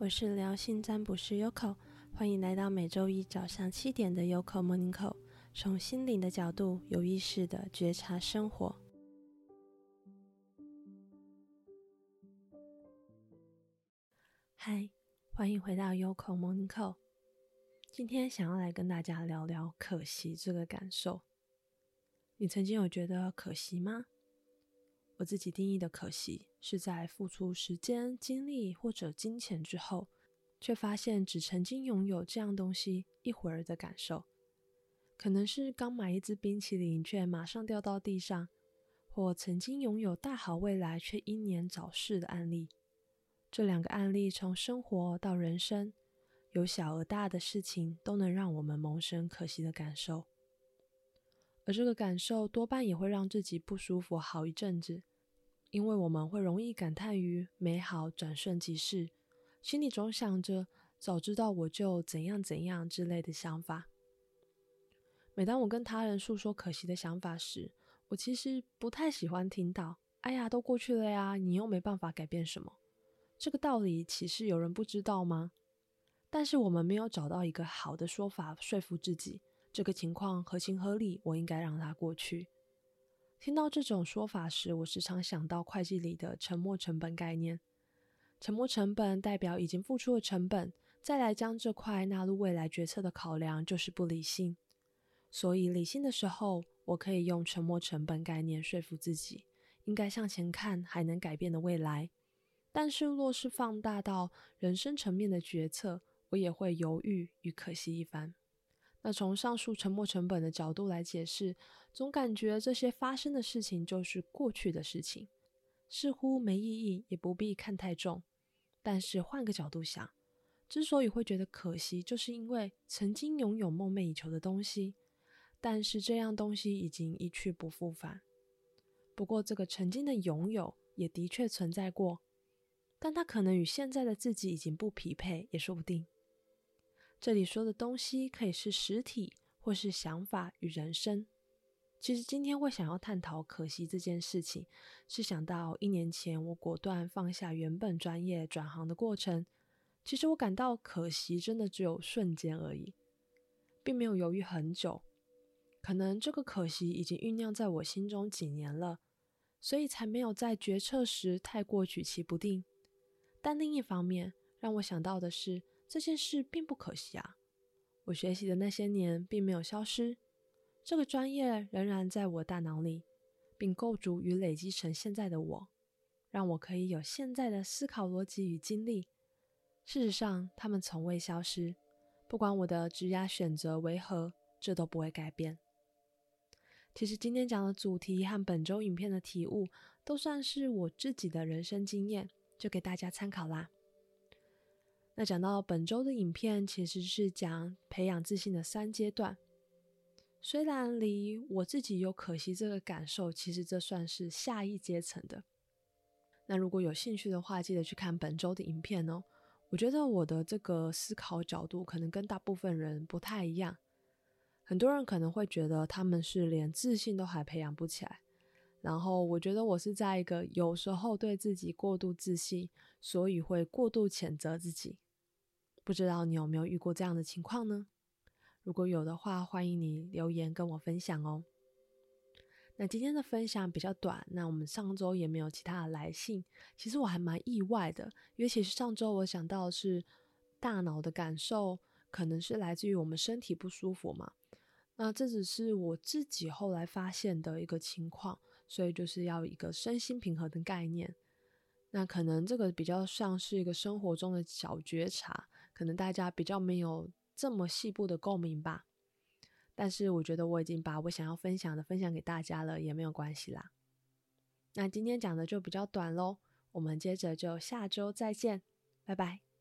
我是疗心占卜师 Yoko， 欢迎来到每周一早上7点的 Yoko Morning Call， 从心灵的角度有意识的觉察生活。嗨，欢迎回到 Yoko Morning Call。 今天想要来跟大家聊聊可惜这个感受。你曾经有觉得可惜吗？我自己定义的可惜，是在付出时间、精力或者金钱之后，却发现只曾经拥有这样东西一会儿的感受。可能是刚买一支冰淇淋却马上掉到地上，或曾经拥有大好未来却英年早逝的案例。这两个案例从生活到人生，由小而大的事情都能让我们萌生可惜的感受。而这个感受多半也会让自己不舒服好一阵子，因为我们会容易感叹于美好转瞬即逝，心里总想着早知道我就怎样怎样之类的想法。每当我跟他人诉说可惜的想法时，我其实不太喜欢听到哎呀都过去了呀，你又没办法改变什么。这个道理岂是有人不知道吗？但是我们没有找到一个好的说法说服自己，这个情况合情合理，我应该让它过去。听到这种说法时，我时常想到会计里的沉没成本概念。沉没成本代表已经付出的成本，再来将这块纳入未来决策的考量，就是不理性。所以理性的时候，我可以用沉没成本概念说服自己，应该向前看还能改变的未来。但是若是放大到人生层面的决策，我也会犹豫与可惜一番。那从上述沉没成本的角度来解释，总感觉这些发生的事情就是过去的事情，似乎没意义，也不必看太重。但是换个角度想，之所以会觉得可惜，就是因为曾经拥有梦寐以求的东西，但是这样东西已经一去不复返。不过这个曾经的拥有也的确存在过，但它可能与现在的自己已经不匹配，也说不定。这里说的东西可以是实体，或是想法与人生。其实今天会想要探讨可惜这件事情，是想到1年前我果断放下原本专业转行的过程。其实我感到可惜真的只有瞬间而已，并没有犹豫很久。可能这个可惜已经酝酿在我心中几年了，所以才没有在决策时太过举棋不定。但另一方面，让我想到的是，这件事并不可惜啊。我学习的那些年并没有消失，这个专业仍然在我大脑里，并构筑与累积成现在的我，让我可以有现在的思考逻辑与经历。事实上，他们从未消失，不管我的职业选择为何，这都不会改变。其实今天讲的主题和本周影片的体悟，都算是我自己的人生经验，就给大家参考啦。那讲到本周的影片，其实是讲培养自信的3阶段。虽然离我自己有可惜这个感受，其实这算是下一阶层的。那如果有兴趣的话，记得去看本周的影片哦。我觉得我的这个思考角度可能跟大部分人不太一样。很多人可能会觉得他们是连自信都还培养不起来，然后我觉得我是在一个有时候对自己过度自信，所以会过度谴责自己。不知道你有没有遇过这样的情况呢？如果有的话，欢迎你留言跟我分享哦。那今天的分享比较短，那我们上周也没有其他的来信，其实我还蛮意外的，因为其实上周我想到的是大脑的感受可能是来自于我们身体不舒服嘛，那这只是我自己后来发现的一个情况，所以就是要一个身心平衡的概念。那可能这个比较像是一个生活中的小觉察，可能大家比较没有这么细部的共鸣吧。但是我觉得我已经把我想要分享的分享给大家了，也没有关系啦。那今天讲的就比较短咯，我们接着就下周再见，拜拜。